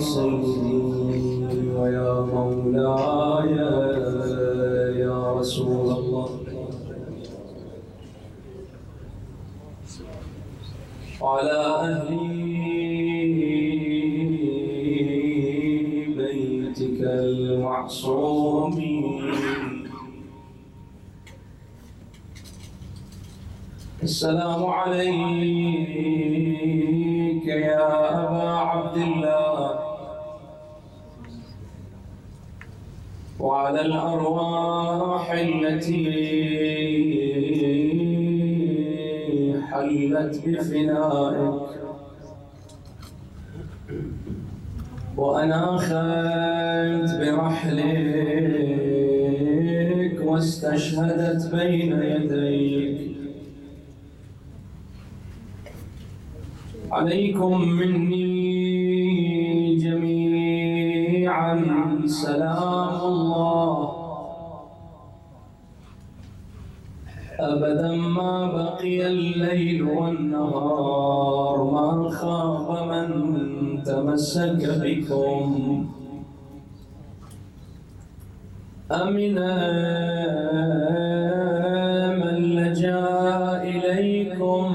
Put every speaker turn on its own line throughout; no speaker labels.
سيدي ويا مولاي يا رسول الله، وعلى أهل بيتك المعصومين. السلام عليك يا أبا عبد الله، وعلى الأرواح التي حلت بفنائك وأناخت برحلك واستشهدت بين يديك. عليكم مني جميعا سلام الله، أبدا ما بقي الليل والنهار، ما خاب من تمسك بكم. أمنا من لجأ إليكم،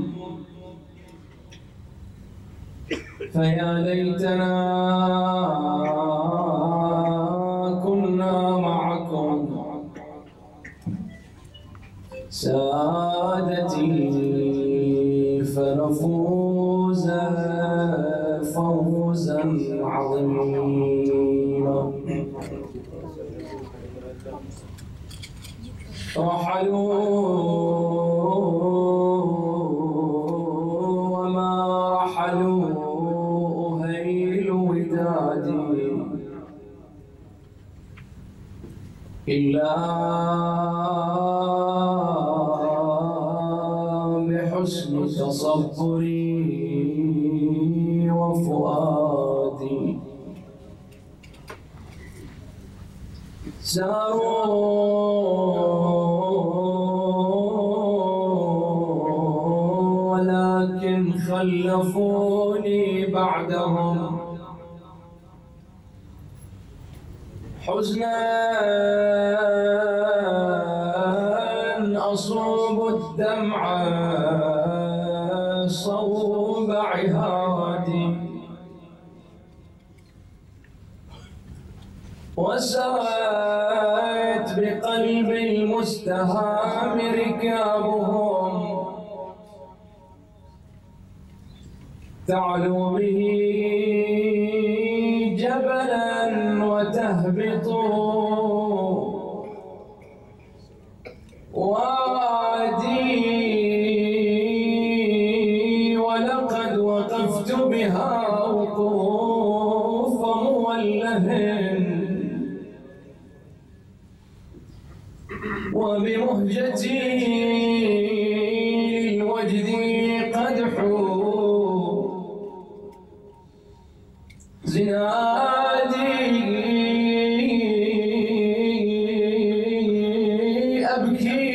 فيا ليتنا كنا معكم سادتي، فنفوز فوزا عظيما. رحلوا وما رحلوا أهيل ودادي إلا بحسن تصبري وفؤادي. ساروا ولكن خلفوني بعدهم حزنا أصوب الدمع صوب عهادي، وسرت بقلب المستهام ركابهم تعلو به جبلا وتهبط وادي، ولقد وقفت بها وقوف موله وبمهجتي للوجد قدح زنادي، أبكي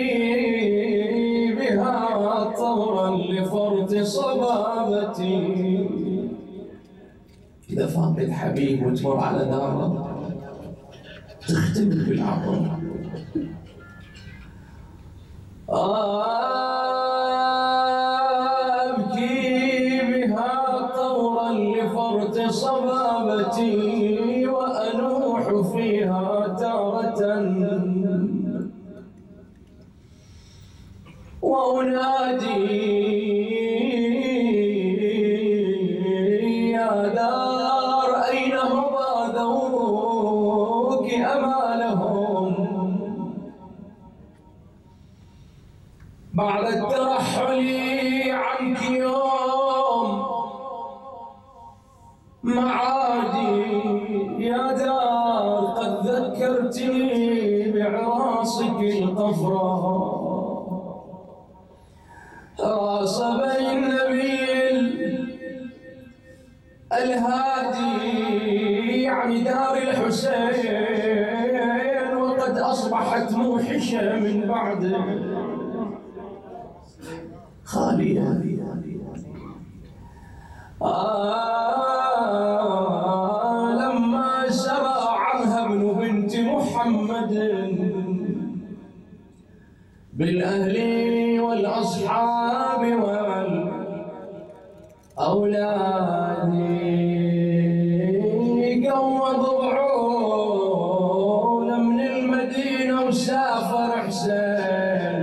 بها طورا لفرط صبابتي. إذا فاقد حبيب وتمر على داره تختم بالعطر، أبكي بها طورا لفرط صبابتي، وأنوح فيها تارة وأنادي يا دار أين هبى ذوق أمالهم بعد الترحل عنك يوم معادي. يا دار قد ذكرتني بعراصك القفراء، راس بني النبي الهادي عن دار الحسين، وقد أصبحت موحشة من بعده خالية. بالأهل والأصحاب والأولاد قوض بعونه من المدينة وسافر حسين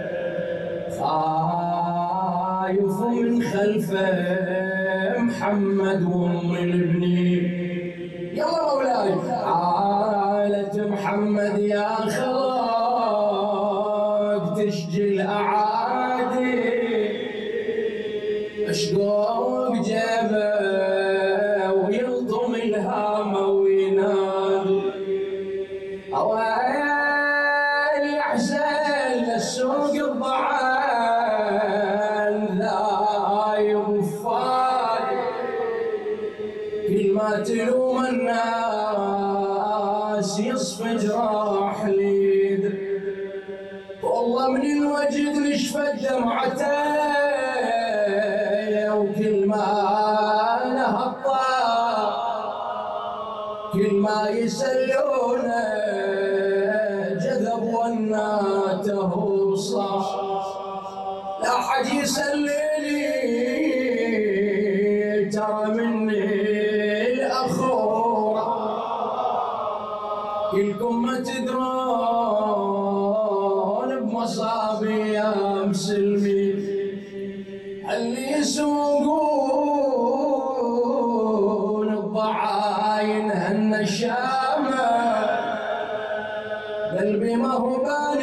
خايف من خلفه محمد وام البنين. يلا مولاي عالة محمد يا خلق تشجي الأعادي اشقوق جبه ويلطم الهامة وينادي اويل يحزن للسوق الضعان لا يغفر كل ما تلوم الناس يصفى جراح ليد والله من الوجد نشفت دمعته وكل ما نهضه كل ما يسلونه جذب وناته وصاح لا حد يسليني ترى مني الأخوة كلكم ما تدرون بمصابي يا مسلمين اللي يسوقون الضعاين هالنشامة قلبي ما هو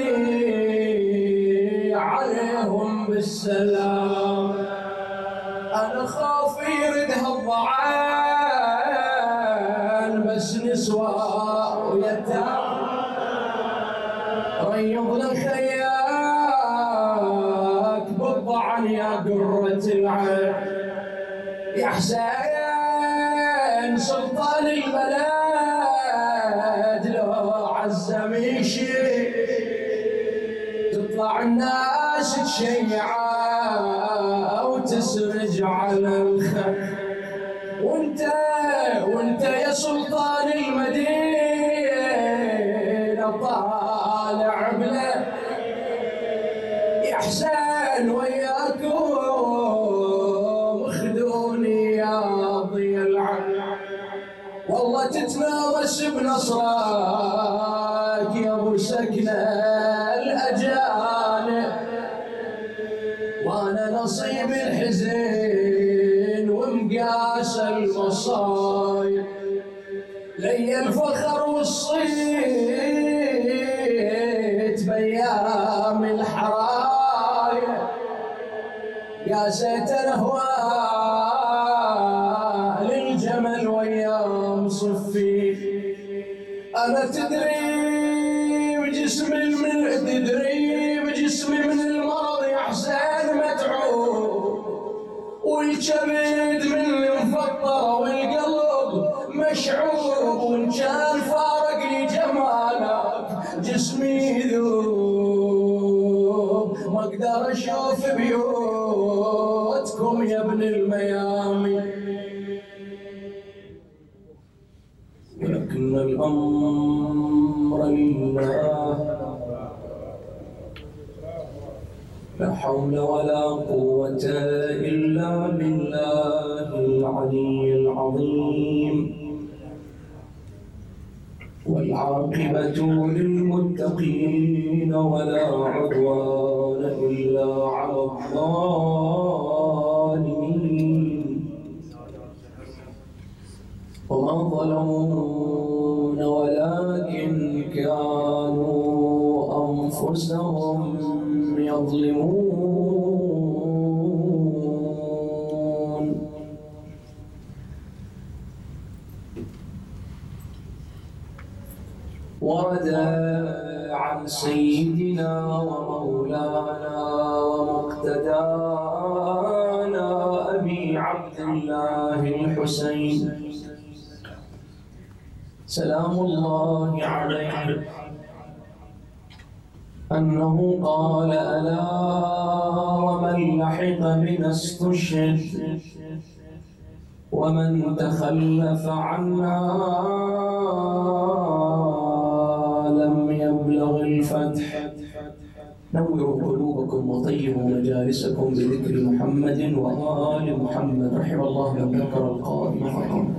بالي عليهم بالسلام أنا خاف يرد هالضعان بس نسوى ويتام ريض لخياك بالضعن يا قرة العين يا حسين سلطان البلد لو عزم يشي تطلع الناس تشيعه وتسرج على الخد وانت يا سلطان المدينة طالع بله يا حسين وياكم خذوني يا ضي العقل والله تتناغس بنصرك يا ابو سكنه الاجانب وانا نصيب الحزين ومقاس المصايب لي الفخر والصيت بايام الحرايا يا سيت الاهوال الجمل ويا صفي انا تدري بجسمي من المرض يا حسين متعوب والكبد من المفطر والقلب مشعوب وان كان فارقني جمالك جسمي يذوب ما اقدر اشوف بيوتكم يا ابن الميامي ولكن الامر لله لا حول ولا قوة إلا بالله العلي العظيم والعاقبة للمتقين ولا عدوان إلا على الظالمين وما ظلمونا ولكن كانوا أنفسهم يظلمون ورد عن سيدنا ومولانا ومقتدانا أبي عبد الله الحسين سلام الله عليه أنه قال ألا ومن لحق بنا استشهد ومن تخلف عنا لم يبلغ الفتح. نور وطيبوا مجالسكم بذكر محمد وآل محمد. رحم الله من ذكر القائم فقام.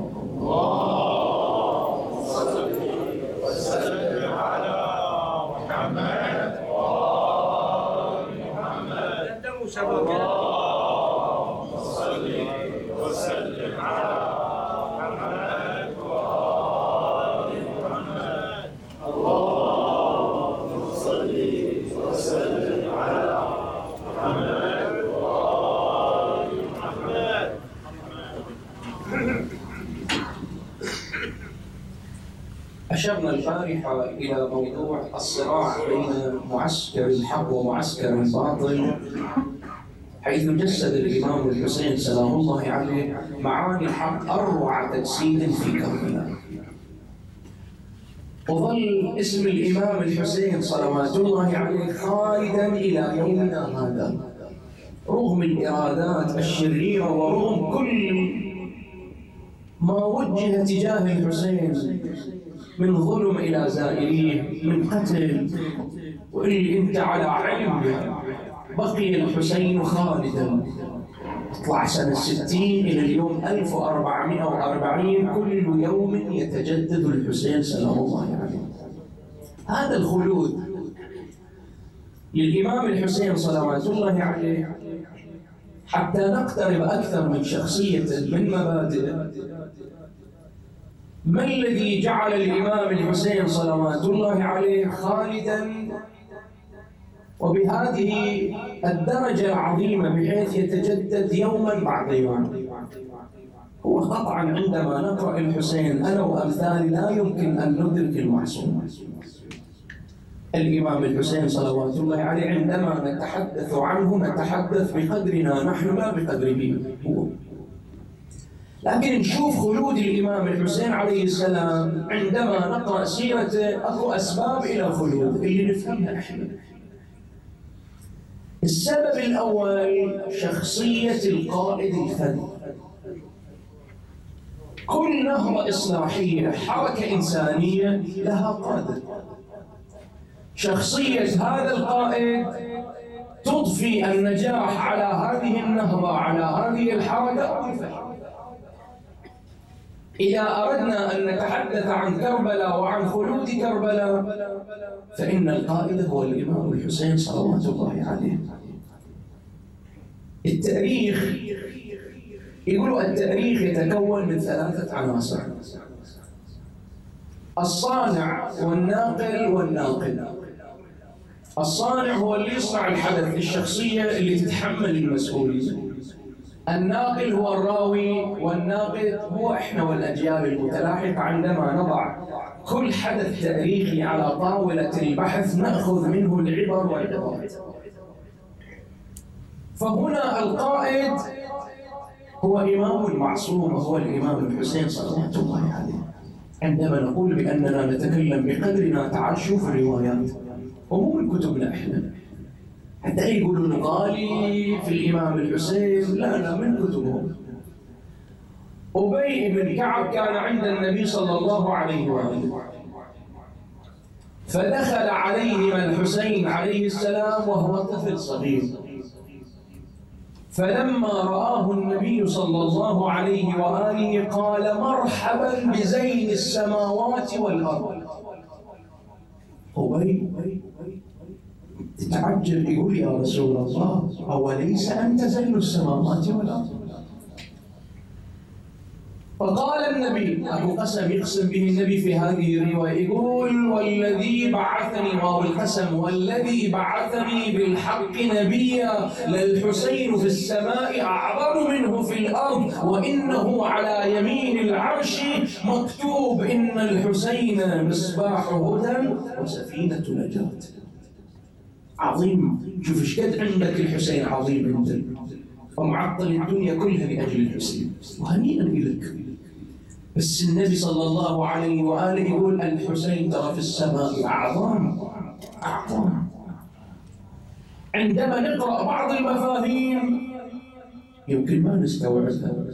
اللهم صل وسلم على محمد وآل محمد. اللهم صل وسلم على محمد وآل محمد. اللهم صل وسلم على محمد وآل محمد.
أشرنا البارحة إلى موضوع الصراع بين معسكر الحق ومعسكر الباطل، حيث جسد الإمام الحسين سلام الله عليه معاني الحق أروع تجسيد في كربلاء. وظل اسم الإمام الحسين صلوات الله عليه خالدا إلى يومنا هذا، رغم الإرادات الشريرة ورغم كل ما وجه تجاه الحسين من ظلم إلى زائريه، من قتل. واللي أنت على علم بقي الحسين خالدا. اطلع سنة 60 إلى اليوم 1440، كل يوم يتجدد الحسين سلام الله عليه. هذا الخلود للإمام الحسين صلوات الله عليه حتى نقترب أكثر من شخصية من مبادئه. ما الذي جعل الإمام الحسين صلوات الله عليه خالدا وبهذه الدرجة العظيمة بحيث يتجدد يوما بعد يوم؟ هو قطعا عندما نقرأ الحسين أنا وأمثالي لا يمكن أن ندرك المعصوم. الإمام الحسين صلوات الله عليه عندما نتحدث عنه نتحدث بقدرنا نحن لا بقدره هو. لكن نشوف خلود الإمام الحسين عليه السلام عندما نقرأ سيرته أكو أسباب إلى الخلود اللي نفهمها إحنا. السبب الأول شخصية القائد الفذ. كل نهضة إصلاحية حركة إنسانية لها قائد. شخصية هذا القائد تضفي النجاح على هذه النهضة، على هذه الحركة أو الفشل. إذا أردنا أن نتحدث عن كربلاء وعن خلود كربلاء فإن القائد هو الإمام الحسين صلوات الله عليه. التاريخ يقولوا التاريخ يتكون من 3 عناصر: الصانع والناقل والناقد. الصانع هو اللي يصنع الحدث، الشخصية اللي تتحمل المسؤولية. الناقل هو الراوي، والناقد هو إحنا والأجيال المتلاحقة. عندما نضع كل حدث تاريخي على طاولة البحث نأخذ منه العبر والعظات. فهنا القائد هو إمام المعصوم وهو الإمام الحسين صلوات الله عليه. عندما نقول بأننا نتكلم بقدرنا، تعال شوف الروايات ومو من كتبنا إحنا، حتى يقولوا نغالي في الإمام الحسين، لا من كتبهم. أبي بن كعب كان عند النبي صلى الله عليه وآله، فدخل عليهم الحسين عليه السلام وهو طفل صغير، فلما رآه النبي صلى الله عليه وآله قال: مرحبا بزين السماوات والأرض. أبي تتعجب، يقول: يا رسول الله، أوليس أنت زين السماوات والأرض؟ فقال النبي، أبو قسم يقسم به النبي في هذه الرواية، يقول: والذي بعثني، واو القسم، والذي بعثني بالحق نبيا للحسين في السماء أعظم منه في الأرض، وإنه على يمين العرش مكتوب إن الحسين مصباح هدى وسفينة نجاة. عظيم. شوف ايش قد عندك الحسين عظيم انت، ومعطل الدنيا كلها لاجل الحسين، وهنيئا لك. بس النبي صلى الله عليه واله يقول: الحسين ترى في السماء اعظم. عندما نقرا بعض المفاهيم يمكن ما نستوعبها.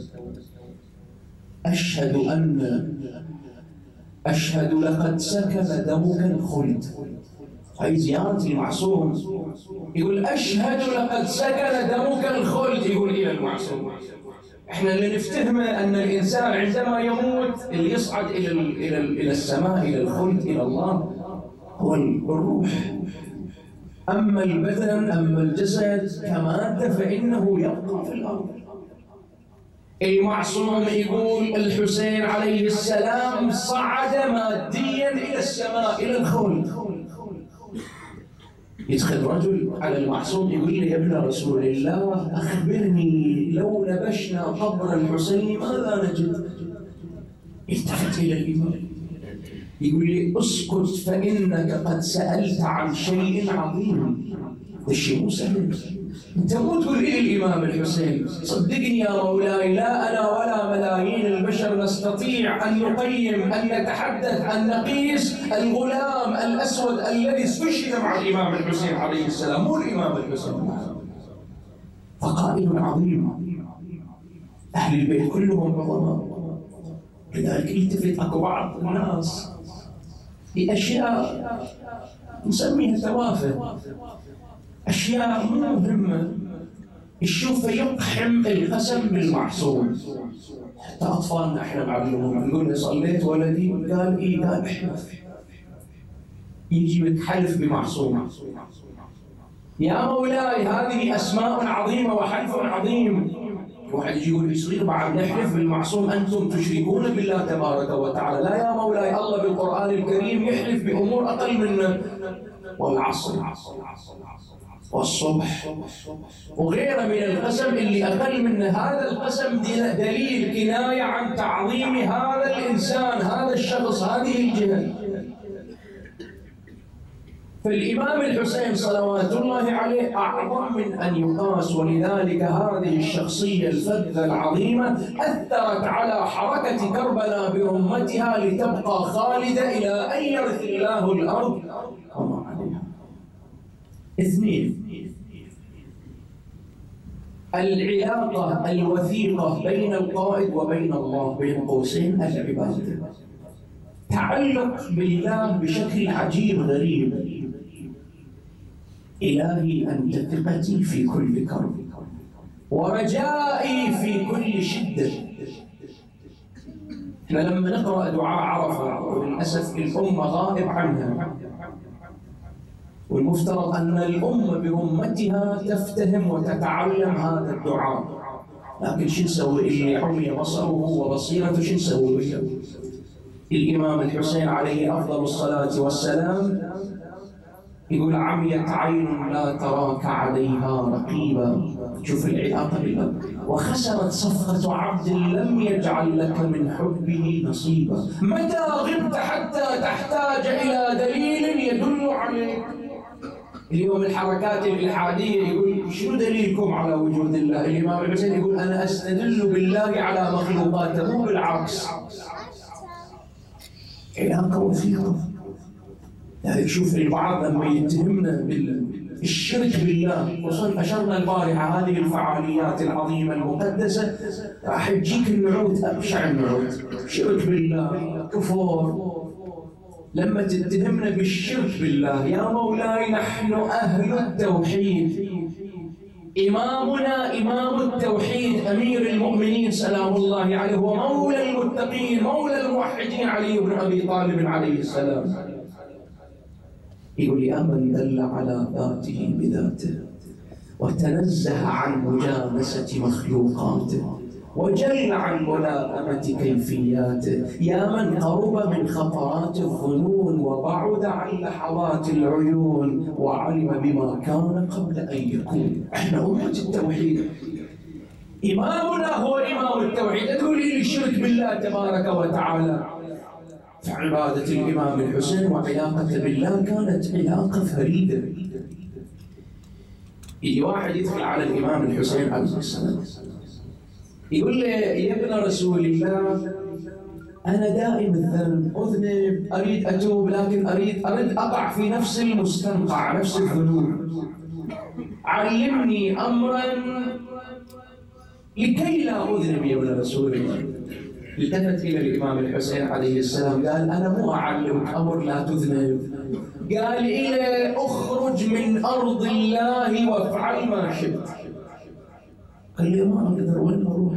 اشهد لقد سكب دمك الخلد. هاي زيارة المعصوم. يقول أشهد لقد سكن دمك الخلد، يقول إلى المعصوم. احنا اللي نفتهمه أن الإنسان عندما يموت اللي يصعد إلى السماء، إلى الخلد، إلى الله هو الروح. أما البدن، أما الجسد كمادة فإنه يبقى في الأرض. المعصوم يقول الحسين عليه السلام صعد ماديا إلى السماء، إلى الخلد. يدخل رجل على المعصوم يقول لي: يا ابن رسول الله أخبرني لو نبشنا قبر الحسين ماذا نجد؟ التفت إلى الإمام يقول لي: اسكت فإنك قد سألت عن شيء عظيم. الشيء مو سهل. أنت مو تقول لي الإمام الحسين. صدقني يا مولاي، لا أنا ولا ملايين البشر نستطيع أن نقيم، أن نتحدث، أن نقيس الغلام الأسود الذي استشهد مع الإمام الحسين عليه السلام، مو الإمام الحسين. فقائد عظيم، أهل البيت كلهم عظماء. لذلك يلتفت أكو بعض الناس بأشياء نسميها توافه، أشياء مو مهمة، الشوفة يقحم القسم بالمعصوم. حتى أطفالنا إحنا نعلمهم، نقول له: صليت ولدي؟ قال إيه؟ قال احلف. يجي يتحلف بمعصوم. يا مولاي هذه أسماء عظيمة وحلف عظيم. واحد يجي يقول: صغير بعد نحلف بالمعصوم؟ أنتم تشركون بالله تبارك وتعالى. لا يا مولاي، الله بالقرآن الكريم يحلف بأمور أقل منه، والعصر والصبح وغيره من القسم اللي أقل منه. هذا القسم دليل كناية عن تعظيم هذا الإنسان، هذا الشخص، هذه الجهة. فالإمام الحسين صلوات الله عليه أعظم من أن يقاس، ولذلك هذه الشخصية الفذة العظيمة أثرت على حركة كربلاء برمتها لتبقى خالدة إلى أن يرث الله الأرض وما عليها. اثنين، العلاقة الوثيقة بين القائد وبين الله، بين قوسين العبادة. تعلق بالله بشكل عجيب غريب. إلهي أنت ثقتي في كل كرب ورجائي في كل شدة. احنا لما نقرأ دعاء عرفة وللأسف الأمة غائب عنها، والمفترض أن الأمة برمتها تفتهم وتتعلم هذا الدعاء، لكن شو نسوي؟ اللي عمي بصره وبصيرته شو نسوي؟ الإمام الحسين عليه أفضل الصلاة والسلام يقول: عميت عين لا تراك عليها رقيبا. شوف العلاقة بالله. وخسرت صفقة عبد لم يجعل لك من حبه نصيبا. متى غبت حتى تحتاج إلى دليل يدل عليك. اليوم الحركات الإلحادية يقول: شنو دليلكم على وجود الله؟ الإمام الحسين يقول: أنا أستدل بالله على مخلوقاته، مو بالعكس. علاقة وثيقة. يعني شوف البعض لما يتهمنا بالشرك بالله، وصل أشرنا البارحة هذه الفعاليات العظيمة المقدسة، راح يجيك النعوت، أبشع النعوت، شرك بالله، كفر. لما تتهمنا بالشرك بالله، يا مولاي نحن أهل التوحيد. إمامنا إمام التوحيد أمير المؤمنين سلام الله عليه، ومولى المتقين، مولى الموحدين، علي بن أبي طالب عليه السلام. يقول: يا من دل على ذاته بذاته وتنزه عن مجانسة مخلوقاته وجل عن ملائمة كيفياته، يا من قرب من خطرات الظنون وبعد عن لحظات العيون وعلم بما كان قبل أن يكون. احنا أمة التوحيد، إمامنا هو إمام التوحيد. تقول لي الشرك بالله تبارك وتعالى. فعبادة الإمام الحسين وعلاقته بالله كانت علاقة فريدة. يجي واحد يدخل على الإمام الحسين عليه السلام يقول له: يا ابن رسول الله أنا دائم الذنب، أذنب، أريد أتوب، لكن أريد أقع في نفس المستنقع، نفس الذنوب. علمني أمرا لكي لا أذنب يا ابن رسول الله. التفت إلى الإمام الحسين عليه السلام قال: أنا مو أعلمك أمر لا تذنب، قال إلى اخرج من أرض الله وافعل ما شئت. قال لي ما أقدر، وين أروح؟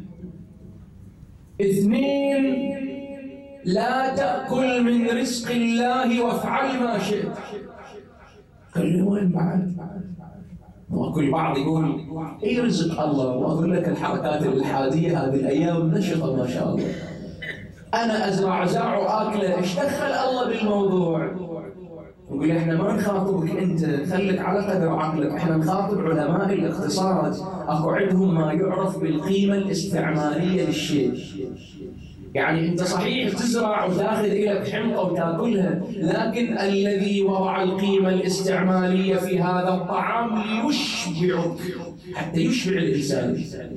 2 لا تأكل من رزق الله وافعل ما شئت. قال لي وين بعد؟ وكل بعض يقول اي رزق الله، واقول لك الحركات الالحاديه هذه الايام نشطه ما شاء الله. انا ازرع زرع واكله، ايش دخل الله بالموضوع؟ يقول احنا ما نخاطبك انت، خليك على قدر عقلك، احنا نخاطب علماء الاقتصاد، اكو عندهم ما يعرف بالقيمه الاستعماريه للشيء. يعني انت صحيح تزرع وتاخذ لك حمقه وتاكلها، لكن الذي وضع القيمه الاستعماليه في هذا الطعام ليشبعك، حتى يشبع الانسان.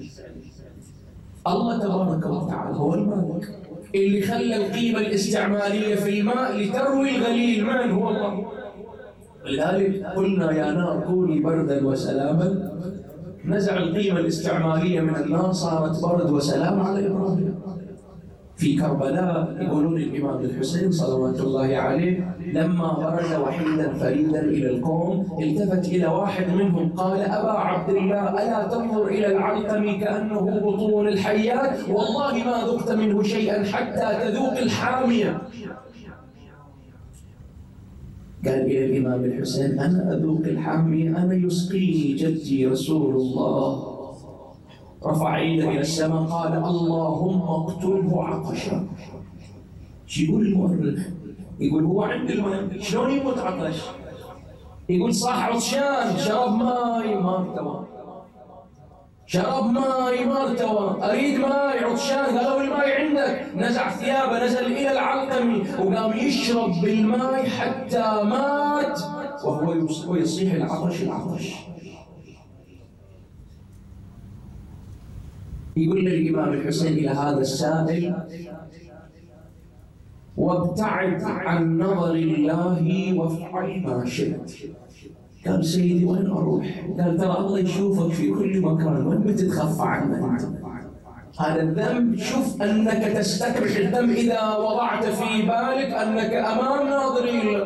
الله تبارك وتعالى هو المالك اللي خلى القيمه الاستعماليه في الماء لتروي الغليل. من هو الله؟ لذلك قلنا يا نار كوني بردا وسلاما، نزع القيمه الاستعماليه من النار صارت برد وسلام على ابراهيم. في كربلاء يقولون الإمام الحسين صلوات الله عليه لما برز وحيدا فريدا إلى القوم التفت إلى واحد منهم قال: أبا عبد الله ألا تنظر إلى العلقم كأنه بطون الحيات، والله ما ذقت منه شيئا حتى تذوق الحامية. قال إلى الإمام الحسين: أنا أذوق الحامية، أنا يسقيني جدي رسول الله. رفع يده إلى السماء قال: اللهم اقتله عطشا. شو يقول المؤرخ؟ يقول هو عند الماء شلون يموت عطش؟ يقول صح عطشان، شرب ماي ما ارتوى، شرب ماي ما ارتوى، اريد ماي عطشان، قالوا الماي عندك، نزع ثيابه نزل الى العلقمي وقام يشرب بالماي حتى مات وهو يصيح العطش. يقول للإمام الحسين إلى هذا السائل: وابتعد عن نظر الله وافعل ما شئت. قال: سيدي وين أروح؟ قال: ترى الله يشوفك في كل مكان، وين بتتخفى عنه أنت؟ هذا الذنب، شوف أنك تستكبر الذنب إذا وضعت في بالك أنك أمام ناظرين.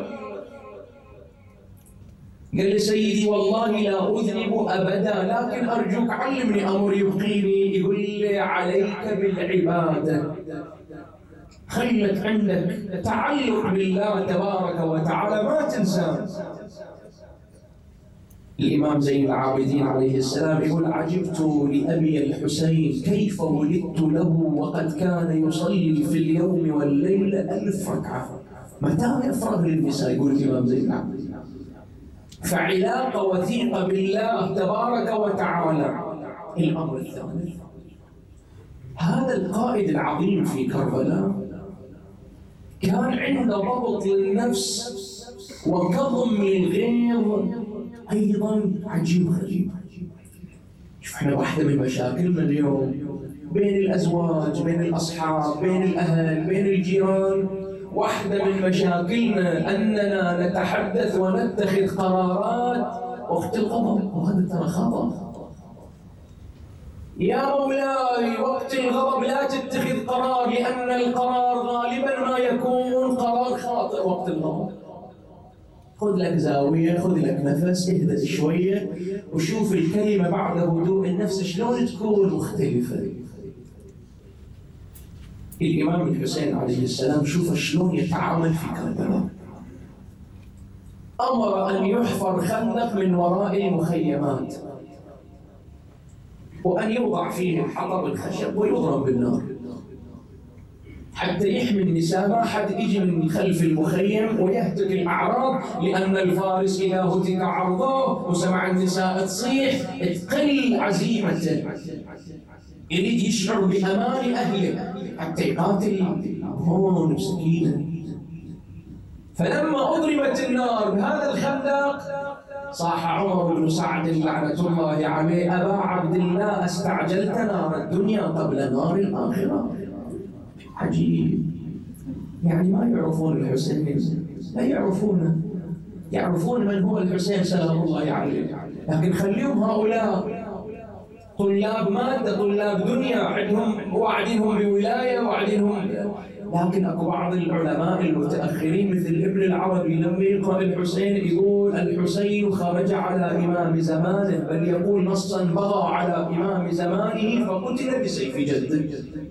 قال لي: سيدي والله لا أذنب أبدا، لكن أرجوك علمني أمر يبقيني. يقول لي: عليك بالعبادة، خلك عندك تعلق بالله تبارك وتعالى ما تنسى. الإمام زين العابدين عليه السلام يقول: عجبت لأبي الحسين كيف ولدت له وقد كان يصلي في اليوم والليلة 1000 ركعة. متى يفرغ للنساء؟ يقول الإمام زين العابدين. فعلاقة وثيقة بالله تبارك وتعالى. الأمر الثاني، هذا القائد العظيم في كربلاء كان عنده ضبط للنفس وكظم للغيظ أيضا عجيب غريب. شوف احنا واحدة من مشاكلنا اليوم بين الأزواج، بين الأصحاب، بين الأهل، بين الجيران، واحدة من مشاكلنا أننا نتحدث ونتخذ قرارات وقت الغضب، وهذا ترى خطأ. يا مولاي وقت الغضب لا تتخذ قرار، لأن القرار غالبا ما يكون قرار خاطئ وقت الغضب. خذ لك زاوية، خذ لك نفس، اهدأ شوية وشوف الكلمة بعد هدوء النفس شلون تكون مختلفة. الإمام الحسين عليه السلام شوف شلون يتعامل في كربلاء. أمر أن يحفر خندق من وراء المخيمات وأن يوضع فيه الحطب الخشب ويضرب بالنار حتى يحمي النساء، ما حد يجي من خلف المخيم ويهتك الأعراض، لأن الفارس إذا هتك عرضه وسمع النساء تصيح تقل عزيمته، يريد يشعر بأمان أهله حتى يقاتل هون بسكينة. فلما أضربت النار بهذا الخندق صاح عمر بن سعد لعنة الله عليه: أبا عبد الله استعجلت نار الدنيا قبل نار الآخرة. عجيب، يعني ما يعرفون الحسين، لا يعرفونه، يعرفون من هو الحسين سلام الله عليه، لكن خليهم هؤلاء طلاب مادة، طلاب دنيا، عندهم وعدهم بولاية وعدهم. لكن اكو بعض العلماء المتأخرين مثل ابن العربي لما يقرأ الحسين يقول الحسين خرج على إمام زمانه، بل يقول نصا بغى على إمام زمانه فقتل بسيف جده.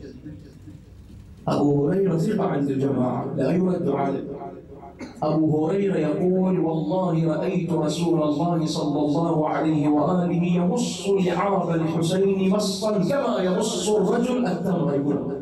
أبو هريرة ثقة عند الجماعة لا يرد عليه. أبو هريرة يقول والله رأيت رسول الله صلى الله عليه وآله يمص لعاب الحسين مصا كما يمص الرجل التمر. يقول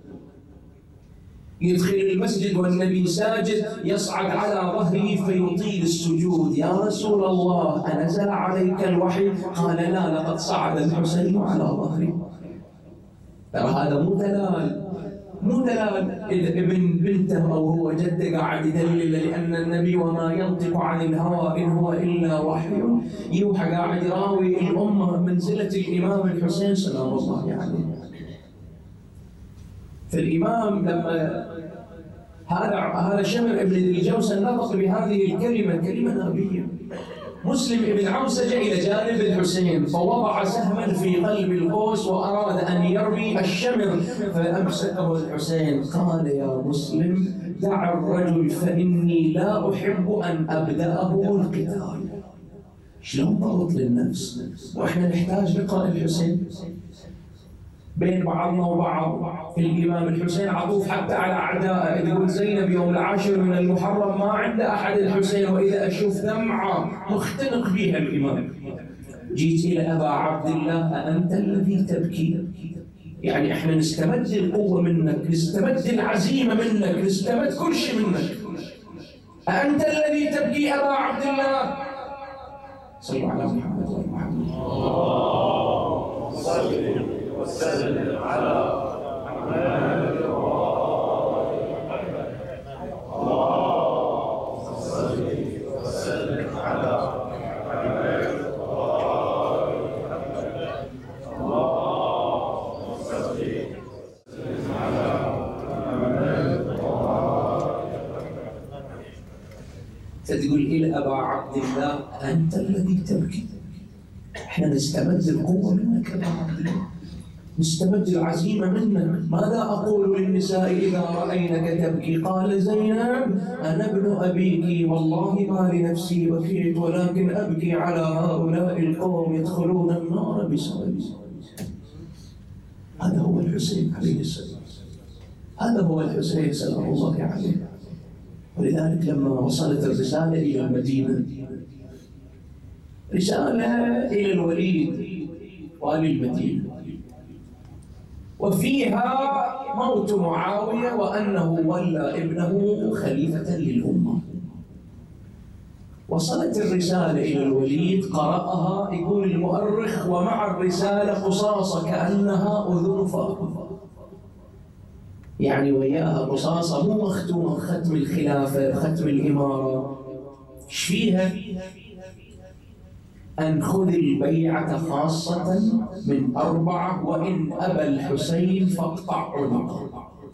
يدخل المسجد والنبي ساجد يصعد على ظهره فيطيل السجود. يا رسول الله أنزل عليك الوحي؟ قال لا، لقد صعد الحسين على ظهري. ترى هذا مو دلال ابن بنته او هو جده قاعد يدلل، لان النبي وما ينطق عن الهوى ان هو الا وحي يوحى، قاعد يراوي الامه منزله الامام الحسين سلام الله عليه. فالامام لما هذا شمر ابن ذي الجوسن نطق بهذه الكلمه، كلمه نابيه. مسلم ابن عوسجة إلى جانب الحسين فوضع سهما في قلب القوس وأراد أن يرمي الشمر فأمسكه الحسين. قال يا مسلم دع الرجل فإني لا أحب أن أبدأه القتال. شلون ضغط للنفس؟ وإحنا نحتاج نقرأ الحسين بين بعضنا وبعض. في الإمام الحسين عطوف حتى على أعدائه. يقول زينب يوم العاشر من المحرم ما عند أحد الحسين، وإذا أشوف دمعة مختنق بها الإمام. جيت إلى أبا عبد الله أأنت الذي تبكي؟ يعني إحنا نستمد القوة منك، نستمد العزيمة منك، نستمد كل شيء منك. أأنت الذي تبكي أبا عبد الله؟ صلوا على محمد وعلى محمد. اللهم صل وسلم على محمد اللهم صل وسلم على محمد اللهم صل وسلم على محمد. فتقول إلى أبا عبد الله أنت الذي تبكي. احنا نستمد القوة منك يا أبا عبد الله، نستمد العزيمة منك. ماذا أقول للنساء إذا رأينك تبكي؟ قال زينب أنا ابن أبيك والله ما لنفسي بكيت، ولكن أبكي على هؤلاء القوم يدخلون النار بسببي. هذا هو الحسين عليه السلام، هذا هو الحسين سلام الله عليه. ولذلك لما وصلت الرسالة إلى المدينة، رسالة إلى الوليد والي المدينة، وفيها موت معاوية وأنه ولى ابنه خليفة للأمة. وصلت الرسالة إلى الوليد قرأها، يقول المؤرخ ومع الرسالة قصاصة كأنها أذن فأخذ، يعني وياها قصاصة مو مختومة ختم الخلافة ختم الإمارة. ايش فيها؟ أن خذ البيعة خاصة من 4 وإن أبى الحسين فاقطع عنقه.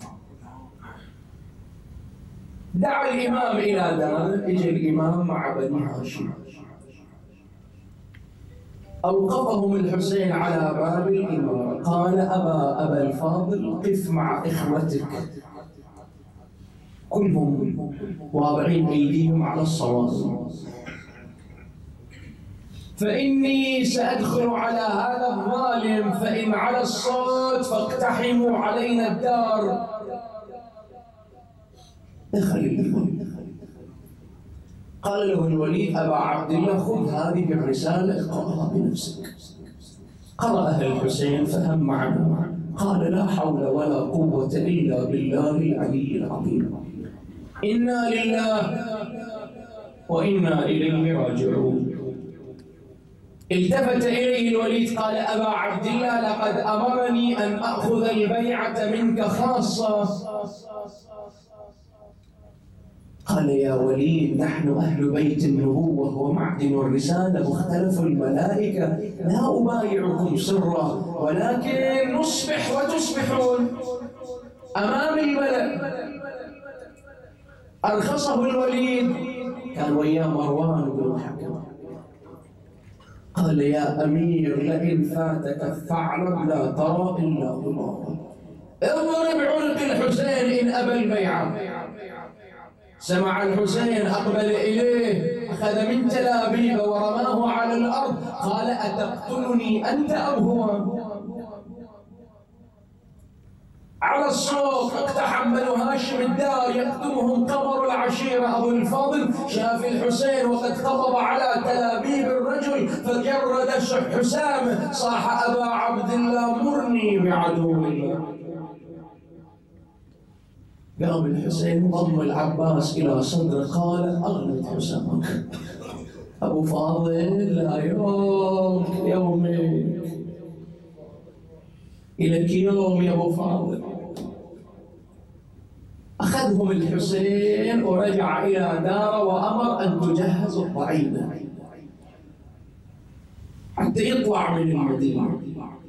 دعا الإمام إلى داره، إجا الإمام مع بني هاشم، أوقفهم الحسين على باب الإمارة. قال أبا الفاضل قف مع إخوتك، كلهم واضعين أيديهم على الصواب، فإني سأدخل على هذا الظالم، فإن على الصوت فاقتحموا علينا الدار. دخل. قال له الوليد أبا عبد الله خذ هذه الرسالة اقرأها بنفسك. قرأها الحسين فهم معه، قال لا حول ولا قوة إلا بالله العلي العظيم، إنا لله وإنا إليه راجعون. التفت إليه الوليد قال أبا عبد الله لقد أمرني أن أخذ البيعة منك خاصة. قال يا وليد نحن أهل بيت النبوة ومعدن الرسالة مختلف الملائكة، لا أبايعكم سرا ولكن نصبح وتصبحون أمام الملأ. أرخصه الوليد، كان وياه مروان بن الحكم. قال يا أمير لئن فاتك الثعلب لا ترى إلا الله، اضرب عنق الحسين إن أبى البيعة. سمع الحسين أقبل إليه، أخذ من تلابيب ورماه على الأرض، قال أتقتلني أنت أو هو؟ على الصوت اقتحم بنو هاشم الدار يقدمهم قمر العشيرة أبو الفضل، شاف الحسين وقد خطب على تلابيب الرجل فجرد حسام، صاح أبا عبد الله مرني بعدو الله. قام الحسين ضم العباس إلى صدره، قال أغلط حسامك أبو فاضل، لا يومك إلك يوم يا أبو فاضل. أخذهم الحسين ورجع إلى داره وأمر أن تجهز الضعينة حتى يطلع من المدينة.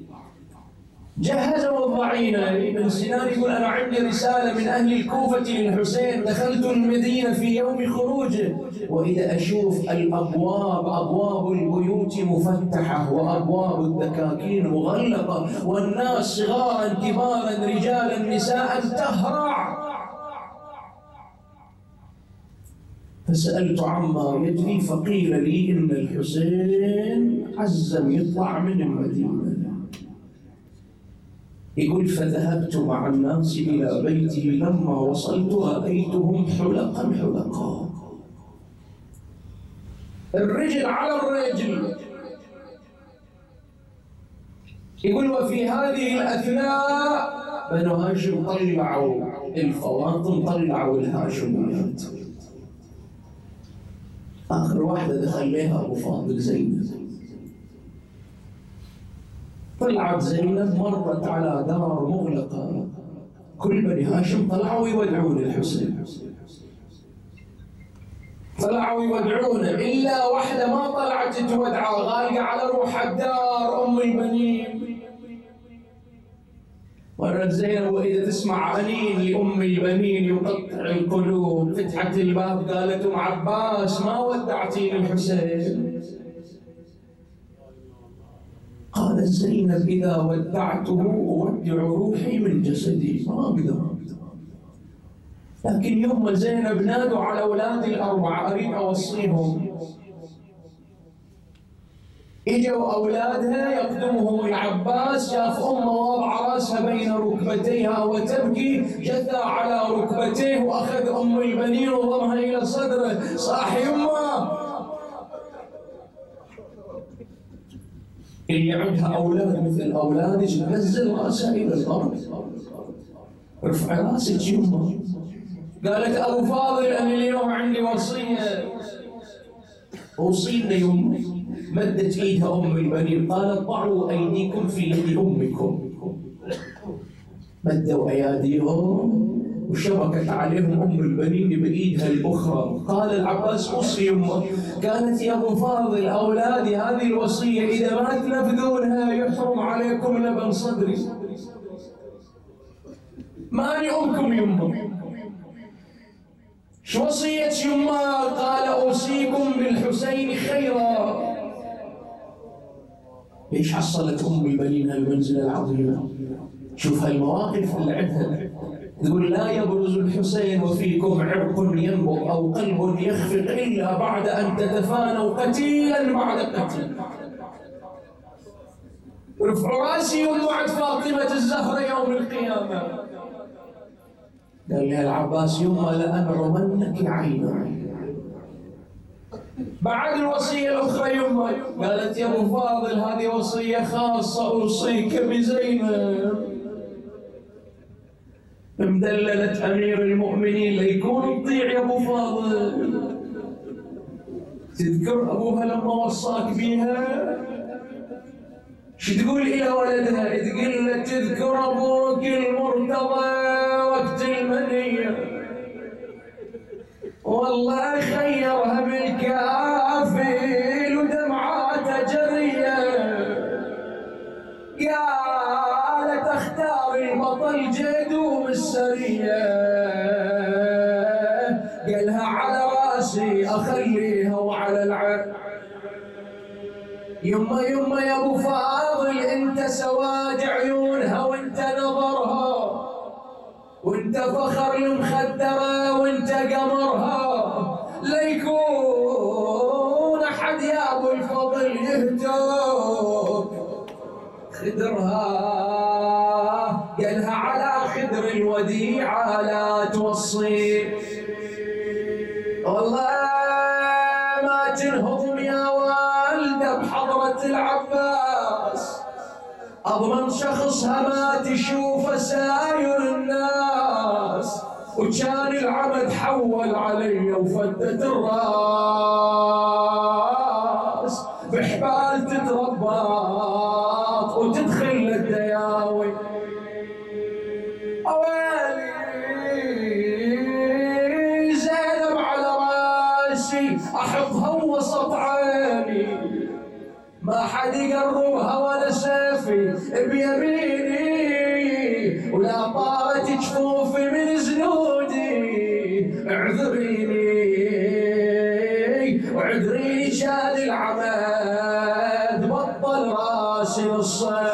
جهزوا الضعينة. ابن سنان يقول أنا عندي رسالة من أهل الكوفة للحسين، دخلت المدينة في يوم خروجه وإذا أشوف الأبواب، أبواب البيوت مفتحة وأبواب الدكاكين مغلقة والناس صغارا كبارا رجالا نساء تهرع، فسألت عما يجري فقيل لي إن الحسين عزم يطلع من المدينة. يقول فذهبت مع الناس إلى بيته، لما وصلت رأيتهم حلقا حلقا، الرجل على الرجل. يقول وفي هذه الأثناء بنو هاشم طلعوا الفواطم، طلعوا الهاشميات. آخر واحدة دخل لها أبو فاضل زينب. طلعت زينب مرت على دار مغلقة، كل بني هاشم طلعوا يودعون الحسين، طلعوا يودعونه إلا واحدة ما طلعت تودعه، غالقة على روح الدار أم البنين. مرت زينب وإذا تسمع أنين لأم البنين يقطع القلوب، فتحت الباب قالت أم عباس ما ودعتيني الحسين؟ قالت زينب إذا ودعته أودع روحي من جسدي، ما أقدر. لكن يوم زينب نادوا على أولاد الأربعة أريد أوصيهم، إجوا أولادها يقدمهم العباس، شاف أمه وضع رأسها بين ركبتيها وتبكي، جثى على ركبتيه وأخذ أم البنين وضمها إلى صدره، صاح يمه. اللي عندها أولاد مثل أولادك تنزل رأسها إلى الأرض، ارفع رأسك يمه. قالت أبو فاضل أنا اليوم عندي وصية، أوصينا يمه. مدت إيدها أم البنين قالت ضعوا أيديكم في يد أمكم، مدوا أياديهم وشبكت عليهم أم البنين بإيدها الأخرى. قال العباس أوصي يمه. قالت يا أبو فاضل أولادي هذه الوصية إذا ما تنفذونها يحرم عليكم لبن صدري، ماني أمكم يمه. شو وصية يمه؟ قال أوصيكم بالحسين خيرا. ليش حصلت أم البنين هالمنزلة العظيمة؟ شوف هالمواقف اللي عندها، تقول لا يبرز الحسين وفيكم عرق ينبض أو قلب يخفق إلا بعد أن تتفانوا قتيلا بعد قتيل. رفعوا راسي يوم وعد فاطمة الزهرة يوم القيامة. قال لها العباس يوم لأنعمنك عينا. بعد الوصية الأخرى يوم قالت يا أبو فاضل هذه وصية خاصة أوصيك بزينب، مدللة أمير المؤمنين ليكون تطيع يا أبو فاضل. تذكر أبوها لما وصاك بيها شو تقول إلى ولدها؟ تقول له تذكر أبوك المرتضى وقت المنية والله خيرها بالكافل ودمعاته جرية، قالت اختار البطل جدوم السرية، قالها على راسي اخليها وعلى العين يما يما يا ابو فاضل، انت سواد عيونها وانت نظرها، وانت فخر المخدرة وانت قمرها، ليكون احد يا ابو الفضل يهتوك خدرها. قالها على خدر الوديعة لا توصي، والله ما تنهضم يا والده بحضرة العباس، اضمن شخصها ما تشوف ساير الناس، وكان العمد حول علي وفتت الراس، بحبال تتربط وتدخل الدياوي. اويلي زينب على راسي احطها وسط عيني، ما حد يقربها ولا سيفي بيميني، ولا طارت جفوفي من زنودي، اعذريني واعذريني شال العمد بطل راسي نصه.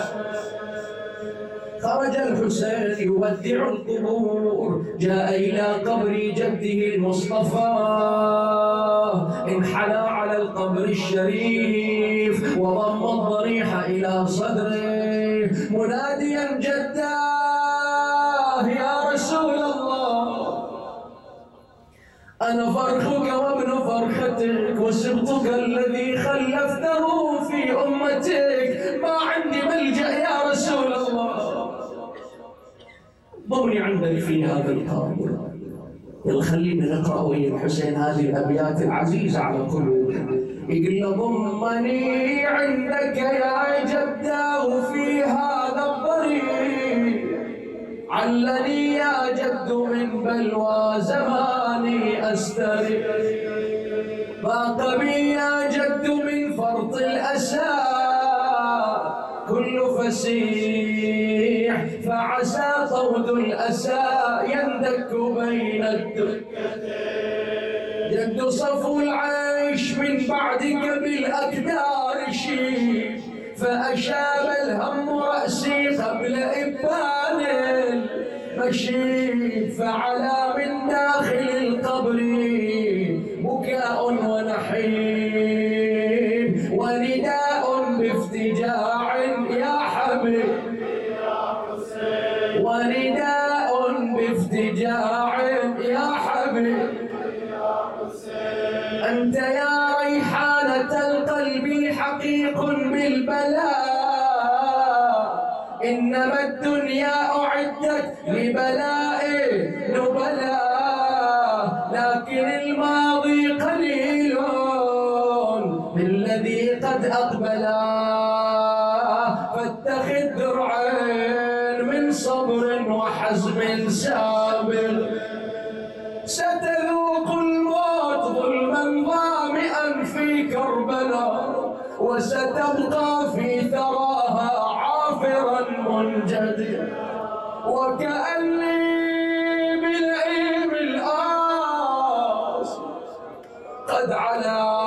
خرج الحسين يودع القبور، جاء إلى قبر جده المصطفى، انحنى على القبر الشريف وضم الضريح إلى صدره مناديا جداه يا رسول الله، أنا فرخك وابن فرختك وسبطك الذي خلفته في أمتك، ما عندي ملجأ يا رسول الله، ضمني عندك في هذا القبر. يلا خلينا نقرأ ويا الحسين هذه الأبيات العزيزة على قلوبنا. يقول ضمني عندك يا جداه في هذا الضريح، علني يا جد من بلوى زماني أستريح، ضاق بي يا جد من فرط الأسى كل فسيح، فعسى طود الأسى يندك بين الدكتين، جد صفو العيش من بعدك بالأكدار شيب، فأشاب الهم رأسي قبل إبان المشيب، فعلى من داخل القبر بكاء ونحيب، ونداء بافتجاع يا حبيب يا حسين، ونداء بافتجاع يا حبيب يا حسين، أنت يا ريحانة القلب حقيق بالبلاء، إنما الدنيا أعدت لبلاء نبلاء، لكن الماضي قليل بالذي قد أقبلا، فاتخذ درعين من صبر وحزم سابق، ستذوق الموت ظلما ظامئا في كربلاء، وستبقى في ثراها عافرا منجدلا، وكأني بلئيم الآس قد علا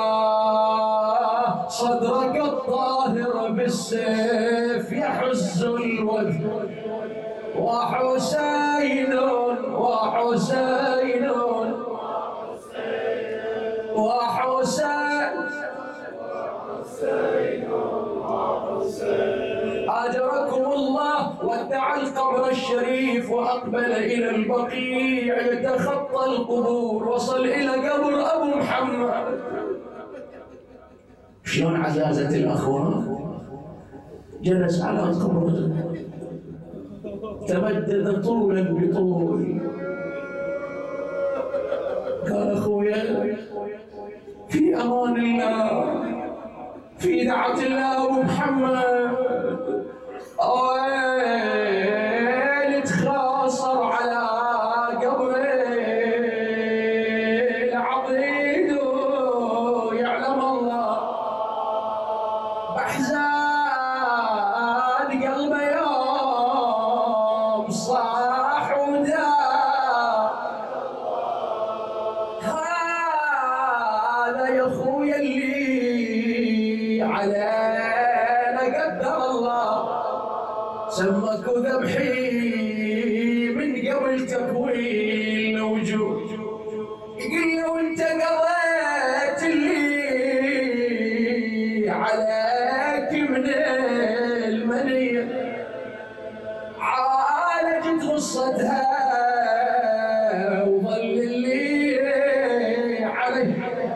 صدرك الطاهر بالسيف يحز الوجه، وحسين وحسين وحسين أجركم الله. ودع القبر الشريف وأقبل إلى البقيع يتخطى القبور، وصل إلى قبر أبو محمد. شلون عزازة الأخوان، جلس على قبره تمدد طولا بطول، قال أخويا في أمان الله، في دعوة الله أبو محمد، وين تخاصر على قبري العضيد، يعلم الله بأحزان قلبه يوم صاح وداع، هذا يا أخويا اللي على سمك ذبحي من قبل تكوين الوجود، يقول له وانت قضيت اللي عليك من المنية، عالجت غصتها وظل اللي عليه،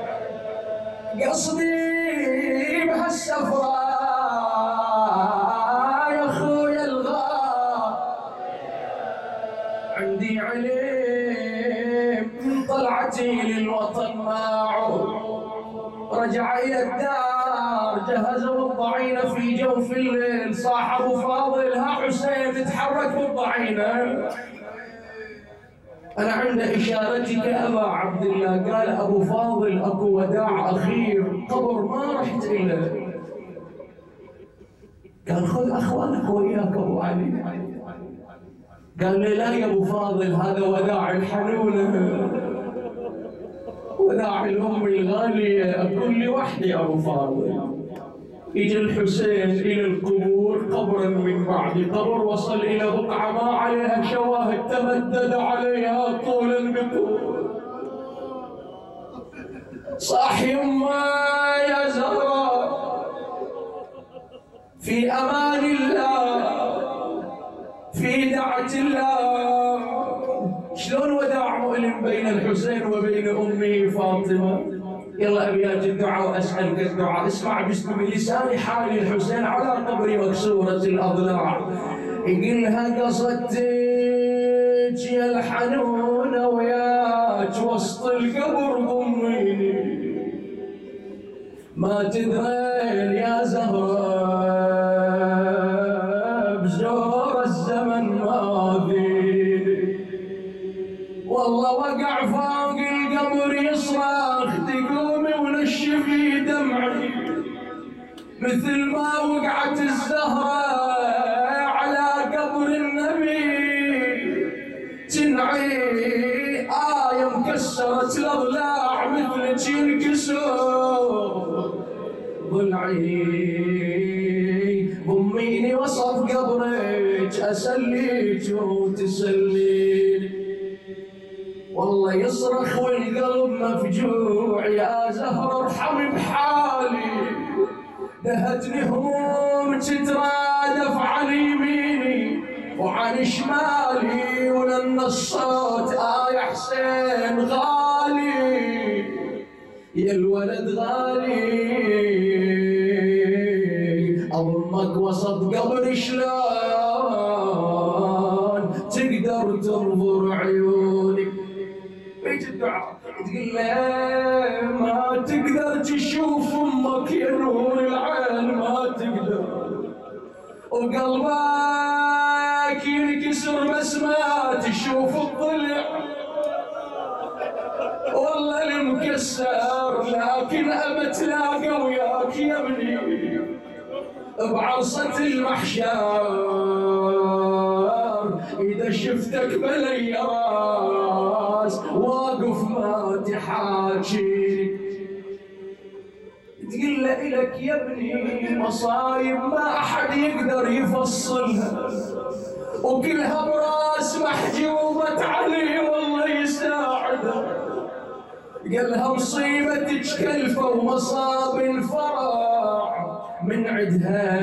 قصدي بهالسفرة يا اخويا الغار، عندي علم من طلعتي للوطن ما عود، رجع الى الدار جهزوا الضعينة في جوف الليل، صاح ابو فاضل ها حسين تحرك بالضعينة، أنا عند إشارتك أبا عبد الله. قال أبو فاضل أكو وداع أخير، قبر ما رحت إليه. قال خذ أخوانك وياك أبو علي. قال لي لا يا أبو فاضل، هذا وداع الحنونة، وداع الأم الغالية، أكون لي وحدي يا أبو فاضل. يجي الحسين إلى القبور قبرا من بعد قبر، وصل إلى بقعة ما عليها شواهد، تمدد عليها طولا بطول، صاح يما يا زهراء في أمان الله، في دعة الله. شلون وداع مؤلم بين الحسين وبين أمه فاطمة. يلا أبيات الدعاء وأسألك الدعاء، اسمع باسم لسان حال الحسين على قبر مكسورة الأضلاع، يقلها قصدتك يا الحنونة وياك وسط القبر ضميني، ما تدرين يا زهرة بزور الزمن ماضيني، والله وقع فوق القبر يصرخ تقومي ونشفي دمعي، مثل ما وقعت الزهرة على قبر النبي، تنعي مكسرة الأضلاع مثلك ينكسر ضلعي، ضميني وسط قبرك أسليك وتسليني، والله يصرخ والقلب مفجوع يا زهر ارحمي بحالي، دهتني هموم تترادف عن يميني وعن شمالي، ولأن الصوت يا حسين غالي، يا الولد غالي، أضمك وسط قبر شلون تقدر تنظر عيوني. بيت الدعاء تقول له ما تقدر تشوف امك يا نور العين، ما تقدر، وقلبك ينكسر بس ما تشوف الضلع، والله المكسر لكن ابى تلاقى وياك يا ابني بعرصة المحشر، إذا شفتك بلي راس واقف ما تحاكي، تقول له إلك يا ابني مصايب ما أحد يقدر يفصلها، وكلها براس محجوبة علي والله يساعدها، قالها مصيبتك كلفة ومصاب الفرع من عدها،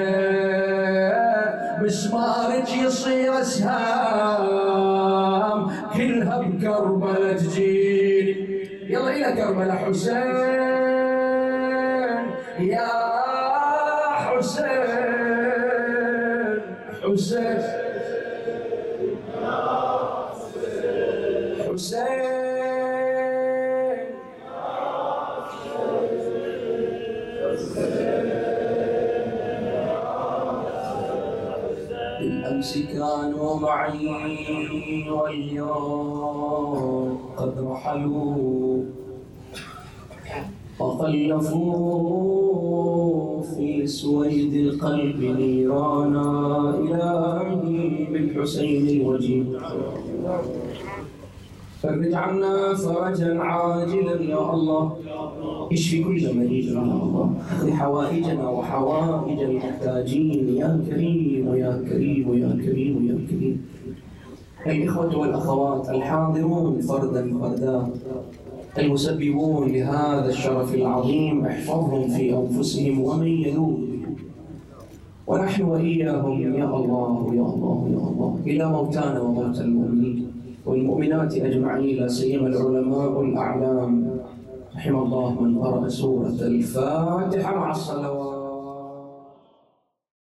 مسمارك يصير اسهام كلها بكربلة تجيني. يلا الى كربلة حسين يا حسين، حسين حسين بالأمس كانوا معي واليوم قد رحلوا، وخلفوا في سويد القلب نيرانا، إلهي بالحسين الوجيه فرج عنا فرجا عاجلا يا الله. اشفي كل مريض يا الله. اقض حوائجنا وحوائج المحتاجين يا كريم يا كريم يا كريم يا كريم. الإخوة والأخوات الحاضرون فردا فردا، المسببون لهذا الشرف العظيم، احفظهم في أنفسهم ومن يلوذ بهم، ونحن وإياهم يا الله يا الله يا الله، إلى موتانا وموتى المؤمنين والمؤمنات أجمعين، لا سيما العلماء الأعلام، رحم الله من قرأ سورة الفاتحة مع الصلوات.